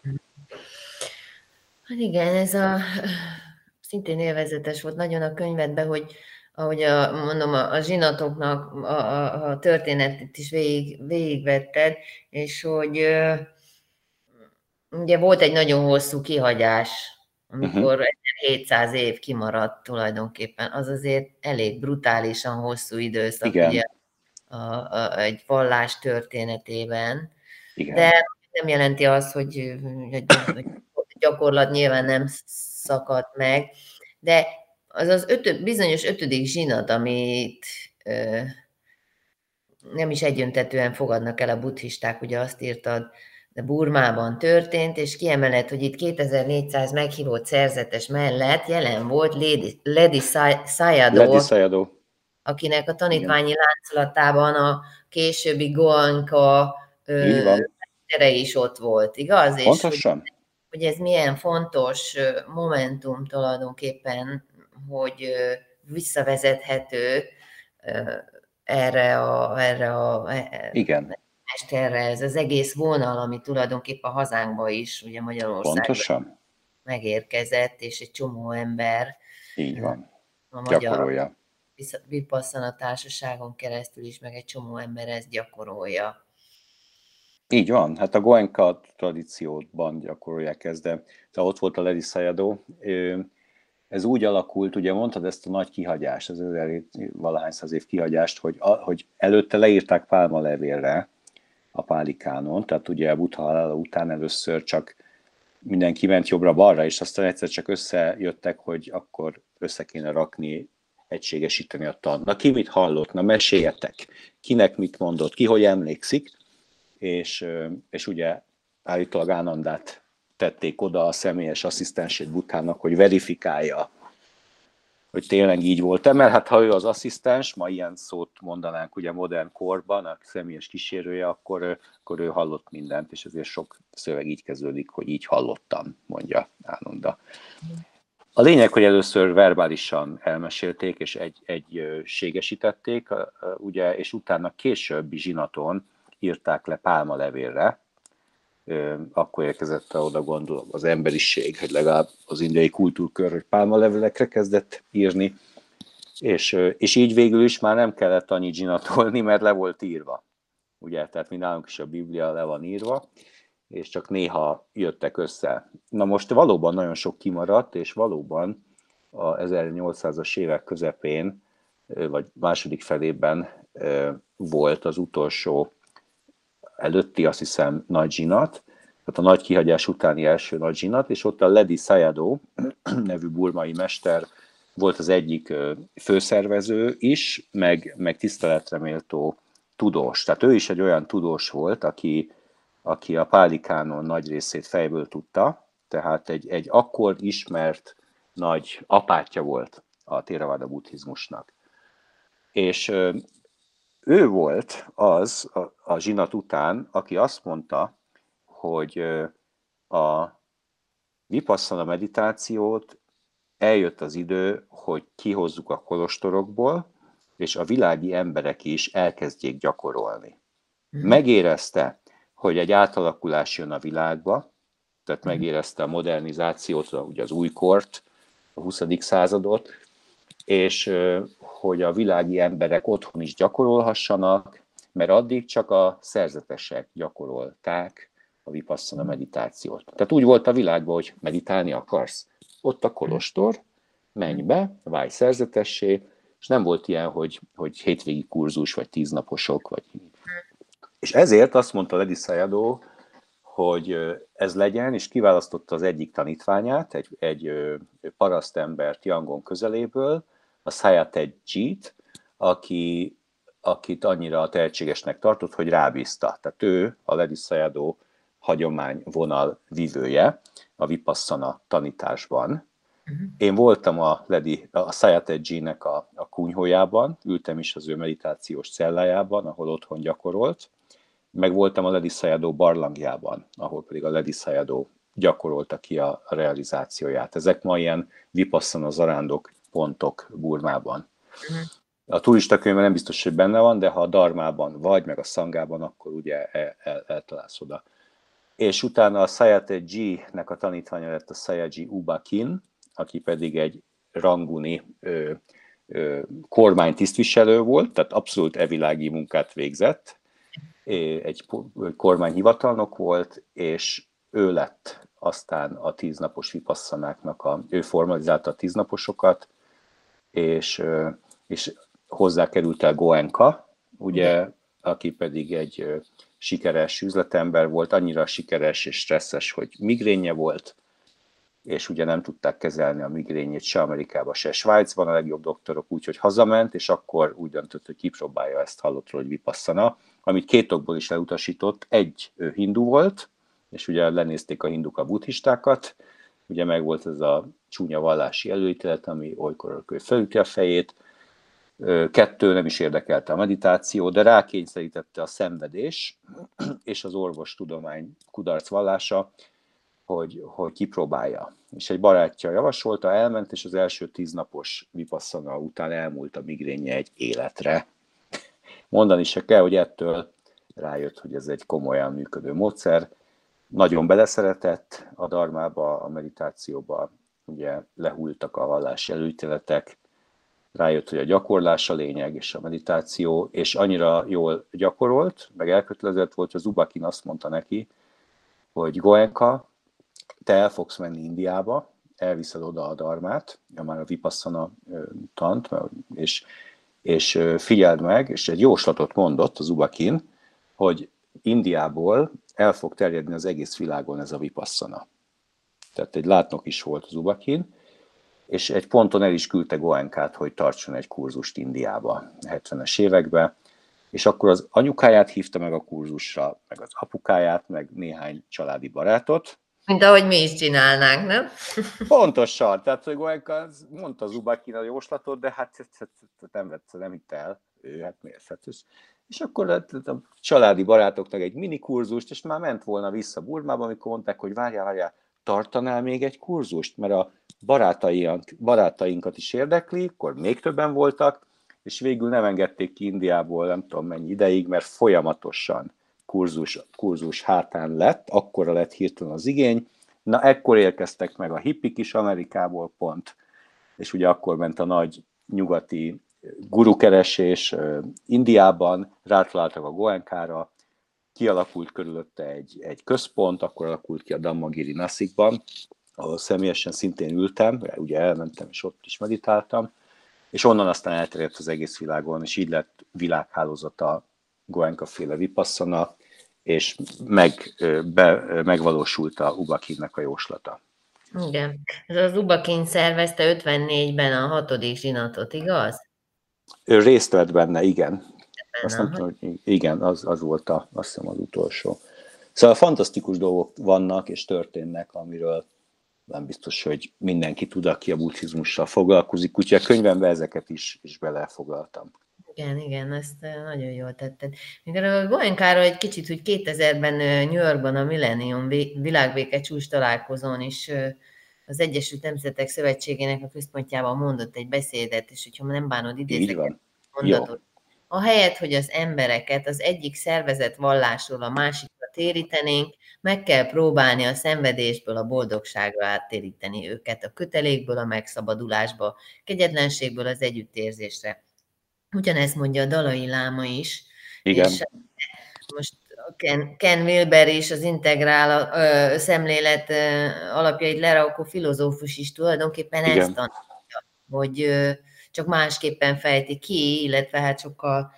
Hát igen, ez szintén élvezetes volt nagyon a könyvedben, hogy ahogy mondom, a zsinatoknak a történetet is végigvetted, és hogy ugye volt egy nagyon hosszú kihagyás, amikor 1700 év kimaradt tulajdonképpen, az azért elég brutálisan hosszú időszak, igen. Ugye egy vallás történetében, Igen. De nem jelenti azt, hogy gyakorlat nyilván nem szakadt meg, de az bizonyos 5. zsinat, amit nem is egyöntetően fogadnak el a buddhisták, ugye azt írtad, de Burmában történt, és kiemelett, hogy itt 2400 meghívott szerzetes mellett jelen volt Ledi Sayadaw, akinek a tanítványi láncolatában a későbbi Goenka tere is ott volt, igaz? Pontosan. És hogy ez milyen fontos momentum tulajdonképpen, hogy visszavezethető erre a mesterre, ez az egész vonal, ami tulajdonképpen a hazánkba is, ugye Magyarországon megérkezett, és egy csomó ember így van. A magyar Vipasszana társaságon keresztül is, meg egy csomó ember ezt gyakorolja. Így van, hát a Goenka tradícióban gyakorolják ezt, de ott volt a Ledi Sayadaw, ez úgy alakult, ugye mondtad ezt a nagy kihagyást, az 1000-valahány év kihagyást, hogy előtte leírták pálmalevélre a pálikánon, tehát ugye a Buddha halála után először csak mindenki ment jobbra-balra, és aztán egyszer csak összejöttek, hogy akkor össze kéne rakni, egységesíteni a tant. Na ki mit hallott? Na meséljetek. Kinek mit mondott? Ki hogy emlékszik? És ugye állítólag Ánandát tették oda a személyes asszisztensét Buddhának, hogy verifikálja, hogy tényleg így volt-e, mert hát ha ő az asszisztens, ma ilyen szót mondanánk ugye modern korban, a személyes kísérője, akkor ő hallott mindent, és ezért sok szöveg így kezdődik, hogy így hallottam, mondja Ánanda. A lényeg, hogy először verbálisan elmesélték, és egységesítették, ugye, és utána későbbi zsinaton írták le pálmalevélre, akkor érkezett oda, gondolom, az emberiség, hogy legalább az indiai kultúrkör, hogy pálmalevelekre kezdett írni, és így végül is már nem kellett annyit zsinatolni, mert le volt írva. Ugye, tehát mi nálunk is a Biblia le van írva, és csak néha jöttek össze. Na most valóban nagyon sok kimaradt, és valóban a 1800-as évek közepén, vagy második felében volt az utolsó előtti, azt hiszem, nagy zsinat, tehát a nagy kihagyás utáni első nagy zsinat, és ott a Ledi Sayadaw nevű burmai mester volt az egyik főszervező is, meg tiszteletre méltó tudós. Tehát ő is egy olyan tudós volt, aki a pálikánon nagy részét fejből tudta, tehát egy akkor ismert nagy apátja volt a Theravada buddhizmusnak. És ő volt az a zsinat után, aki azt mondta, hogy a vipasszana meditációt eljött az idő, hogy kihozzuk a kolostorokból, és a világi emberek is elkezdjék gyakorolni. Megérezte, hogy egy átalakulás jön a világba, tehát megérezte a modernizációt, ugye az újkort, a 20. századot, és hogy a világi emberek otthon is gyakorolhassanak, mert addig csak a szerzetesek gyakorolták a vipasszana meditációt. Tehát úgy volt a világban, hogy meditálni akarsz, ott a kolostor, menj be, válj szerzetessé, és nem volt ilyen, hogy hétvégi kurzus, vagy 10 naposok, vagy... És ezért azt mondta Ledi Sayadaw, hogy ez legyen, és kiválasztotta az egyik tanítványát, egy parasztembert Yangon közeléből, a Sayatejjit, akit annyira tehetségesnek tartott, hogy rábízta. Tehát ő a Ledi Sayadaw hagyományvonal vívője a vipasszana tanításban. Én voltam a Sayatejjinek a kunyhójában, ültem is az ő meditációs cellájában, ahol otthon gyakorolt, meg voltam a Ledi Sayadaw barlangjában, ahol pedig a Ledi Sayadaw gyakorolta ki a realizációját. Ezek ma ilyen vipasszana zarándok pontok Burmában. A turistakönyvben nem biztos, hogy benne van, de ha a Dharmában vagy, meg a Szangában, akkor ugye eltalálsz oda. És utána a Sayatejjinek a tanítványa lett a Sayagyi U Bakin, aki pedig egy ranguni kormánytisztviselő volt, tehát abszolút evilági munkát végzett, egy kormányhivatalnok volt, és ő lett aztán a 10 napos vipassanáknak, ő formalizálta a 10 naposokat, és hozzá került el Goenka, ugye, aki pedig egy sikeres üzletember volt, annyira sikeres és stresszes, hogy migrénje volt, és ugye nem tudták kezelni a migrényét se Amerikában, se Svájcban, a legjobb doktorok, úgyhogy hazament, és akkor úgy döntött, hogy kipróbálja ezt, hallott róla, hogy vipasszana, amit 2 okból is elutasított. Egy, ő hindu volt, és ugye lenézték a hinduk a buddhistákat, ugye meg volt ez a csúnya vallási előítélet, ami olykor felüti a fejét. 2, nem is érdekelte a meditáció, de rákényszerítette a szenvedés és az orvostudomány kudarcvallása, hogy kipróbálja. És egy barátja javasolta, elment, és az első 10 napos vipasszana után elmúlt a migrénye egy életre. Mondani se kell, hogy ettől rájött, hogy ez egy komolyan működő módszer. Nagyon beleszeretett a dharmába, a meditációba, ugye lehultak a vallási előítéletek, rájött, hogy a gyakorlás a lényeg, és a meditáció, és annyira jól gyakorolt, meg elkötelezett volt, hogy az U Bakin azt mondta neki, hogy Goenka, te el fogsz menni Indiába, elviszed oda a dharmát, már a vipasszana tant, és figyeld meg, és egy jóslatot mondott az Ubakin, hogy Indiából el fog terjedni az egész világon ez a vipasszana. Tehát egy látnok is volt az Ubakin, és egy ponton el is küldte Goenkát, hogy tartson egy kurzust Indiába a 70-es években, és akkor az anyukáját hívta meg a kurzusra, meg az apukáját, meg néhány családi barátot. Mint ahogy mi is csinálnánk, nem? Pontosan, tehát hogy Goenka mondta az Ubakin a jóslatot, de hát nem hitte el, ő hát miért? És akkor a családi barátoknak egy mini kurzust, és már ment volna vissza Burmába, amikor mondták, hogy várjál, tartanál még egy kurzust, mert a barátainkat is érdekli, akkor még többen voltak, és végül nem engedték ki Indiából nem tudom mennyi ideig, mert folyamatosan kurzus hátán lett, akkora lett hirtelen az igény. Na, ekkor érkeztek meg a hippik is Amerikából pont, és ugye akkor ment a nagy nyugati gurukeresés Indiában, rátaláltak a Goenkára, kialakult körülötte egy központ, akkor alakult ki a Dhammagiri Nasikban, ahol személyesen szintén ültem, ugye elmentem és ott is meditáltam, és onnan aztán elterjedt az egész világon, és így lett világhálózata Goenka-féle vipasszana, és megvalósult a Ubakinnek a jóslata. Igen. Ez az Ubakin szervezte 54-ben a 6. zsinatot, igaz? Ő részt vett benne, igen. Azt nem tudom, hogy igen, az volt azt hiszem az utolsó. Szóval fantasztikus dolgok vannak és történnek, amiről nem biztos, hogy mindenki tud, aki a buddhizmussal foglalkozik, úgyhogy a könyvemben ezeket is belefoglaltam. Igen, ezt nagyon jól tetted. A Goenkáról egy kicsit, hogy 2000-ben New Yorkban a Millennium világbéke csúcs találkozón is az Egyesült Nemzetek Szövetségének a központjában mondott egy beszédet, és hogyha nem bánod idézeket, mondatot. Ahelyett, hogy az embereket az egyik szervezett vallásról a másikra térítenénk, meg kell próbálni a szenvedésből a boldogságra áttéríteni őket, a kötelékből a megszabadulásba, kegyetlenségből az együttérzésre. Ugyanezt mondja a Dalai Láma is. Igen. És most Ken Wilber is, az integrál szemlélet alapjait lerakó filozófus is tulajdonképpen Igen. ezt tanítja, hogy csak másképpen fejti ki, illetve hát sokkal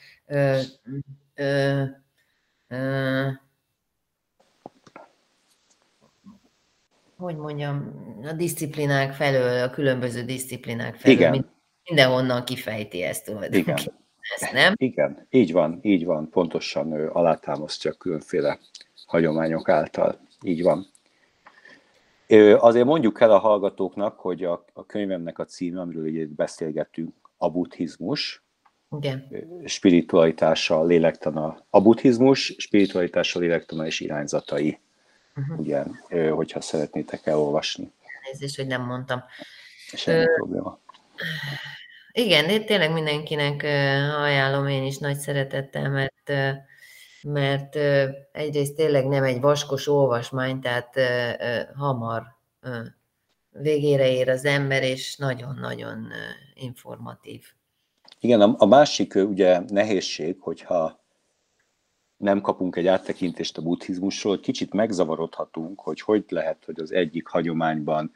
hogy mondjam, a disziplinák felől, a különböző disziplinák felől, mindenhonnan kifejti ezt tulajdonképpen. Igen. Ezt, nem? Igen, így van, pontosan alátámasztja különféle hagyományok által. Így van. Azért mondjuk el a hallgatóknak, hogy a könyvemnek a címe, amiről így beszélgettünk, a buddhizmus, igen. Spiritualitása, lélektana. A buddhizmus, spiritualitása, lélektana és irányzatai. Ugye, hogyha szeretnétek elolvasni. Nézést, hogy nem mondtam. Semmi probléma. Igen, tényleg mindenkinek ajánlom én is nagy szeretettel, mert egyrészt tényleg nem egy vaskos olvasmány, tehát hamar végére ér az ember, és nagyon-nagyon informatív. Igen, a másik ugye nehézség, hogyha nem kapunk egy áttekintést a buddhizmusról, kicsit megzavarodhatunk, hogy lehet, hogy az egyik hagyományban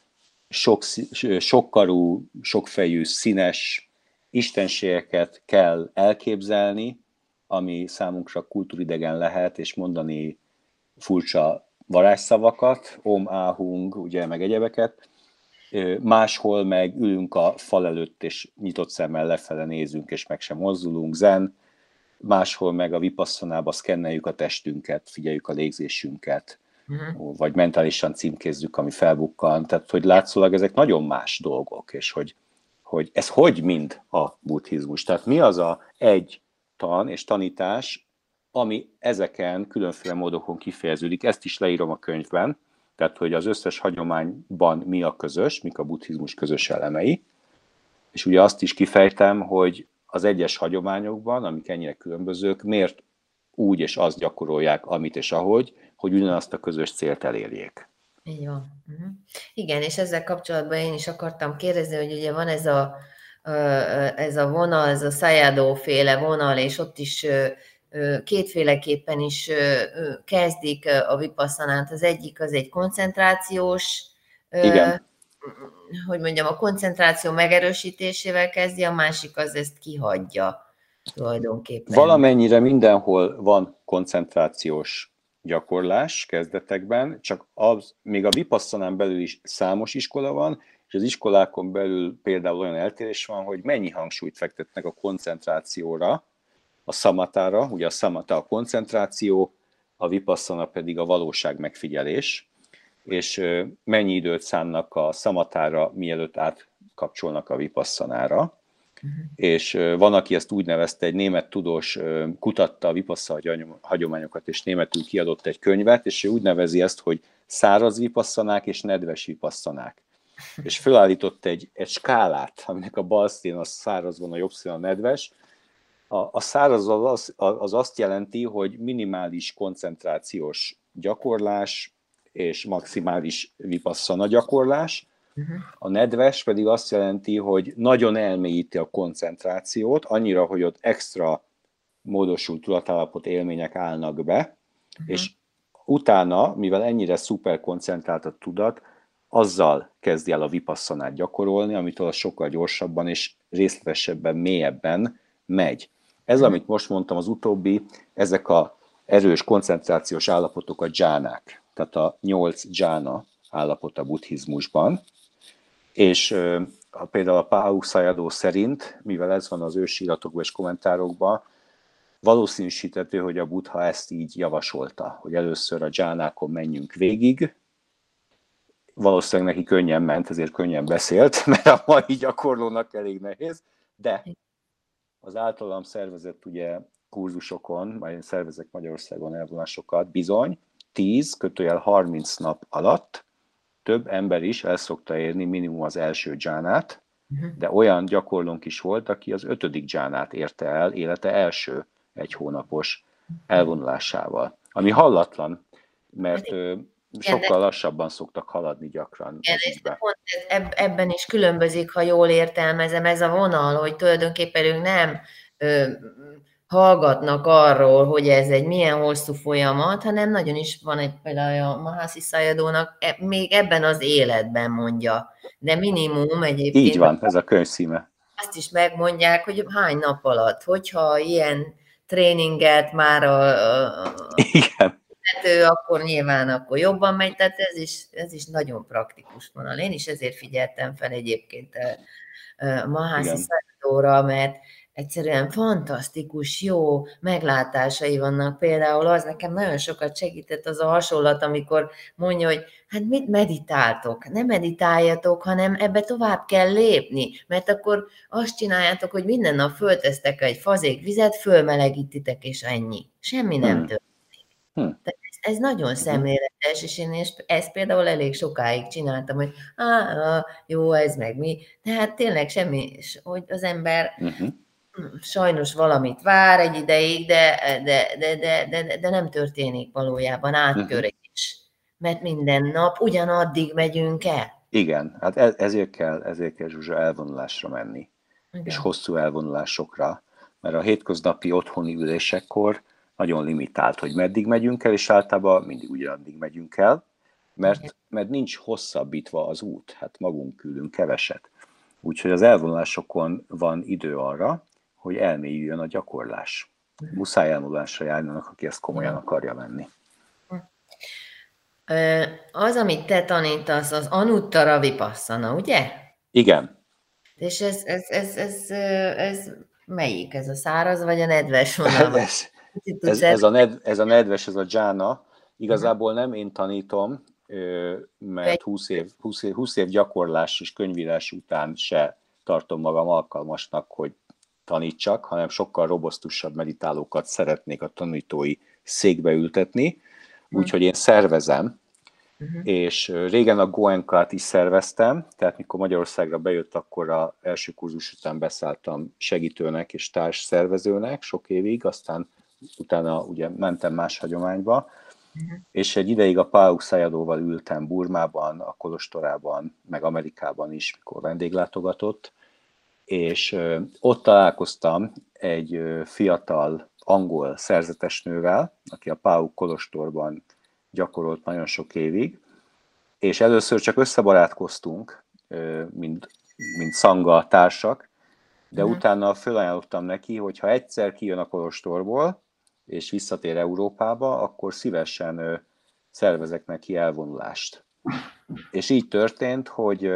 sokkarú, sokfejű, színes istenségeket kell elképzelni, ami számunkra kultúridegen lehet, és mondani furcsa varázsszavakat, om, áhung, ugye, meg egyebeket. Máshol meg ülünk a fal előtt, és nyitott szemmel lefele nézünk, és meg sem mozdulunk, zen. Máshol meg a vipasszanába szkenneljük a testünket, figyeljük a légzésünket, vagy mentálisan címkézzük, ami felbukkan. Tehát, hogy látszólag ezek nagyon más dolgok, és hogy ez hogy mind a buddhizmus. Tehát mi az a egy tan és tanítás, ami ezeken különféle módokon kifejeződik. Ezt is leírom a könyvben, tehát, hogy az összes hagyományban mi a közös, mik a buddhizmus közös elemei. És ugye azt is kifejtem, hogy az egyes hagyományokban, amik ennyire különbözők, miért úgy és azt gyakorolják, amit és ahogy, hogy ugyanazt a közös célt elérjék. Így van. Igen, és ezzel kapcsolatban én is akartam kérdezni, hogy ugye van ez a vonal, ez a Sayadaw-féle vonal, és ott is kétféleképpen is kezdik a vipasszanát. Az egyik az egy koncentrációs hogy mondjam, a koncentráció megerősítésével kezdi, a másik az ezt kihagyja tulajdonképpen. Valamennyire mindenhol van koncentrációs gyakorlás kezdetekben, csak még a vipasszanán belül is számos iskola van, és az iskolákon belül például olyan eltérés van, hogy mennyi hangsúlyt fektetnek a koncentrációra, a szamatára, ugye a szamata a koncentráció, a vipasszana pedig a valóság megfigyelés, és mennyi időt szánnak a szamatára, mielőtt átkapcsolnak a vipasszanára. És van, aki ezt úgy nevezte, egy német tudós kutatta a vipasszana hagyományokat, és németül kiadott egy könyvet, és ő úgy nevezi ezt, hogy száraz vipasszanák és nedves vipasszanák. És fölállított egy skálát, aminek a bal szín a száraz van, a jobb szín a nedves. A száraz az azt jelenti, hogy minimális koncentrációs gyakorlás és maximális vipasszana gyakorlás. A nedves pedig azt jelenti, hogy nagyon elmélyíti a koncentrációt, annyira, hogy ott extra módosult tudatállapot élmények állnak be, és utána, mivel ennyire szuper koncentrált a tudat, azzal kezdi el a vipasszanát gyakorolni, amitől az sokkal gyorsabban és részletesebben, mélyebben megy. Ez, amit most mondtam, az utóbbi, ezek az erős koncentrációs állapotok a dzsánák, tehát a 8 dzsána állapot a buddhizmusban, és például a Pál Sayadaw szerint, mivel ez van az ősiratokban és kommentárokban, valószínűsíthető, hogy a Buddha ezt így javasolta, hogy először a dzsánákon menjünk végig. Valószínűleg neki könnyen ment, ezért könnyen beszélt, mert a mai gyakorlónak elég nehéz, de az általam szervezett ugye kurzusokon, majd szervezek Magyarországon elvonásokat, bizony 10-30 nap alatt több ember is el szokta érni minimum az első dzsánát, de olyan gyakorlónk is volt, aki az 5. dzsánát érte el élete első 1 hónapos elvonulásával. Ami hallatlan, mert sokkal lassabban szoktak haladni gyakran. Ebben is különbözik, ha jól értelmezem, ez a vonal, hogy tulajdonképpen ők nem hallgatnak arról, hogy ez egy milyen hosszú folyamat, hanem nagyon is van például a Mahasi Sayadawnak, még ebben az életben mondja, de minimum egyébként. Így van, ez a könyv címe. Azt is megmondják, hogy hány nap alatt, hogyha ilyen tréninget már Igen. akkor nyilván akkor jobban megy, tehát ez is nagyon praktikus vonal. Én is ezért figyeltem fel egyébként Mahasi Sayadawra, mert egyszerűen fantasztikus, jó meglátásai vannak. Például az nekem nagyon sokat segített az a hasonlat, amikor mondja, hogy hát mit meditáltok? Nem meditáljatok, hanem ebbe tovább kell lépni, mert akkor azt csináljátok, hogy minden nap föltesztek egy fazék vizet, fölmelegítitek, és ennyi. Semmi nem történik. Tehát ez nagyon szemléletes, és én ezt például elég sokáig csináltam, hogy jó, ez meg mi. Tehát tényleg semmi, hogy az ember sajnos valamit vár egy ideig, de nem történik valójában áttörés. Mert minden nap ugyanaddig megyünk el. Igen, hát ezért kell Zsuzsa elvonulásra menni. Igen. És hosszú elvonulásokra, mert a hétköznapi otthoni ülésekkor nagyon limitált, hogy meddig megyünk el, és általában mindig ugyanaddig megyünk el, mert nincs hosszabbítva az út, hát magunk küldünk keveset. Úgyhogy az elvonulásokon van idő arra, hogy elmélyüljön a gyakorlás. Muszáj elvonulásra járnak, aki ezt komolyan akarja venni. Az, amit te tanítasz, az Anuttara Vipasszana, ugye? Igen. És ez melyik? Ez a száraz vagy a nedves vonal? Ez a nedves, ez a dzsána. Igazából nem én tanítom, mert 20 év gyakorlás és könyvírás után se tartom magam alkalmasnak, hogy tanítsak, hanem sokkal robosztusabb meditálókat szeretnék a tanítói székbe ültetni. Úgyhogy én szervezem, és régen a Goenkát is szerveztem, tehát mikor Magyarországra bejött, akkor az első kurzus után beszálltam segítőnek és társszervezőnek sok évig, aztán utána ugye mentem más hagyományba, és egy ideig a Pál Sayadawval ültem Burmában, a kolostorában, meg Amerikában is, mikor vendéglátogatott, és ott találkoztam egy fiatal angol szerzetesnővel, aki a Pál kolostorban gyakorolt nagyon sok évig, és először csak összebarátkoztunk, mint szanga társak, de utána fölajánlottam neki, hogy ha egyszer kijön a kolostorból, és visszatér Európába, akkor szívesen szervezek neki elvonulást. És így történt, hogy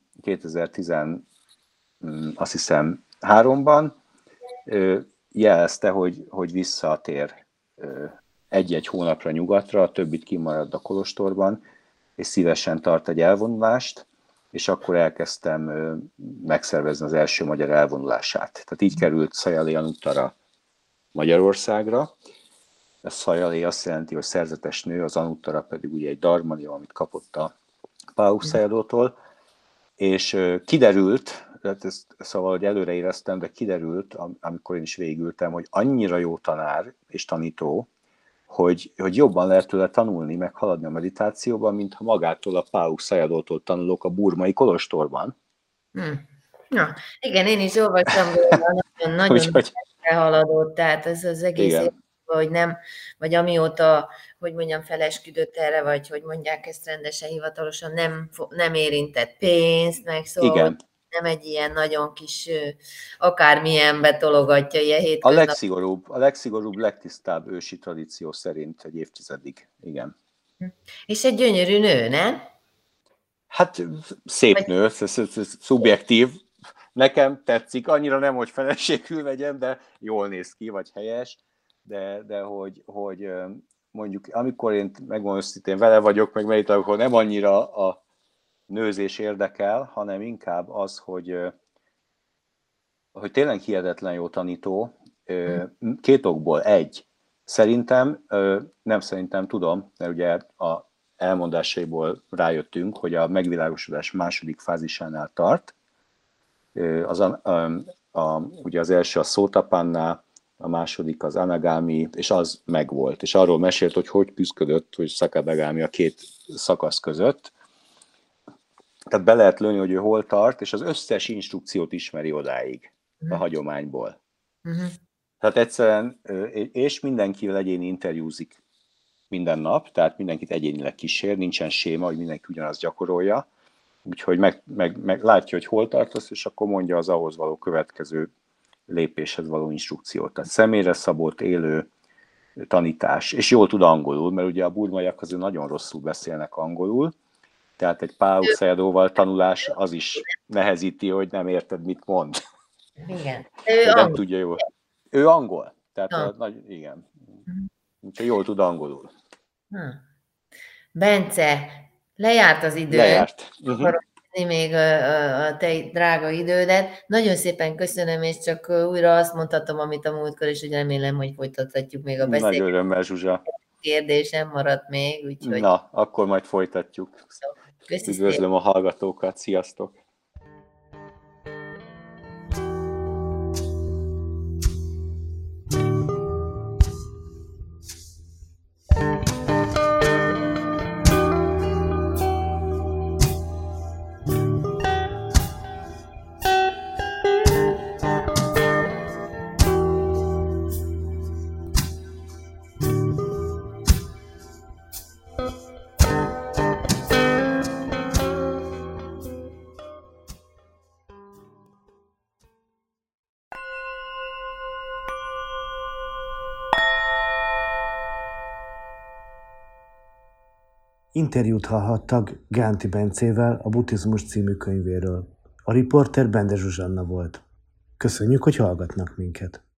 2013-ban jelezte, hogy visszatér egy-egy hónapra nyugatra, a többit kimarad a kolostorban, és szívesen tart egy elvonulást, és akkor elkezdtem megszervezni az első magyar elvonulását. Tehát így került Szajalé Anuttara Magyarországra. A Szajalé azt jelenti, hogy szerzetes nő, az Anuttara pedig ugye egy darmanium, amit kapott a Páukszajadótól, és kiderült, szóval, hogy előre éreztem, de kiderült, amikor én is végültem, hogy annyira jó tanár és tanító, hogy jobban lehet tőle tanulni, meg haladni a meditációban, mint ha magától a Páukszajadótól tanulok a burmai kolostorban. Na, igen, én is olvastam, nagyon haladott, tehát ez az egész évben, hogy nem, vagy amióta, hogy mondjam, felesküdött erre, vagy hogy mondják ezt rendesen, hivatalosan, nem érintett pénzt, meg szóval, igen. Nem egy ilyen nagyon kis, akármilyen betologatja ilyen hétköznap. A legszigorúbb, legtisztább ősi tradíció szerint egy évtizedig, igen. És egy gyönyörű nő, nem? Hát szép nő, szubjektív. Nekem tetszik, annyira nem, hogy feleségül vegyem, de jól néz ki, vagy helyes, de hogy mondjuk, amikor én megmondom őszintén vele vagyok, meg meditálok, akkor nem annyira a nőzés érdekel, hanem inkább az, hogy tényleg hihetetlen jó tanító, két okból. Egy, szerintem tudom, mert ugye a elmondásaiból rájöttünk, hogy a megvilágosodás második fázisánál tart. Ugye az első a Sotapanna, a második az Anagami, és az megvolt. És arról mesélt, hogy küzdött, hogy Sakadagami a két szakasz között. Tehát be lehet lőni, hogy ő hol tart, és az összes instrukciót ismeri odáig a hagyományból. Tehát egyszerűen, és mindenkivel egyéni interjúzik minden nap, tehát mindenkit egyénileg kísér, nincsen séma, hogy mindenki ugyanazt gyakorolja. Úgyhogy meg látja, hogy hol tartasz, és akkor mondja az ahhoz való következő lépéshez való instrukciót. Tehát személyre szabott, élő tanítás, és jól tud angolul, mert ugye a burmaiak azért nagyon rosszul beszélnek angolul, tehát egy Páukszajadóval tanulás az is nehezíti, hogy nem érted, mit mond. Igen. Nem tudja jól. Ő angol, tehát igen. Úgyhogy jól tud angolul. Bence, lejárt az idő. Lejárt. Még a te drága idődet. Nagyon szépen köszönöm, és csak újra azt mondhatom, amit a múltkor is, hogy remélem, hogy folytathatjuk még a beszélgetést. Nagy örömmel, Zsuzsa. Kérdésem maradt még, úgyhogy... Na, akkor majd folytatjuk. Üdvözlöm a hallgatókat, sziasztok! Interjút hallhattak Gánti Bencével a Buddhizmus című könyvéről. A riporter Bende Zsuzsanna volt. Köszönjük, hogy hallgatnak minket!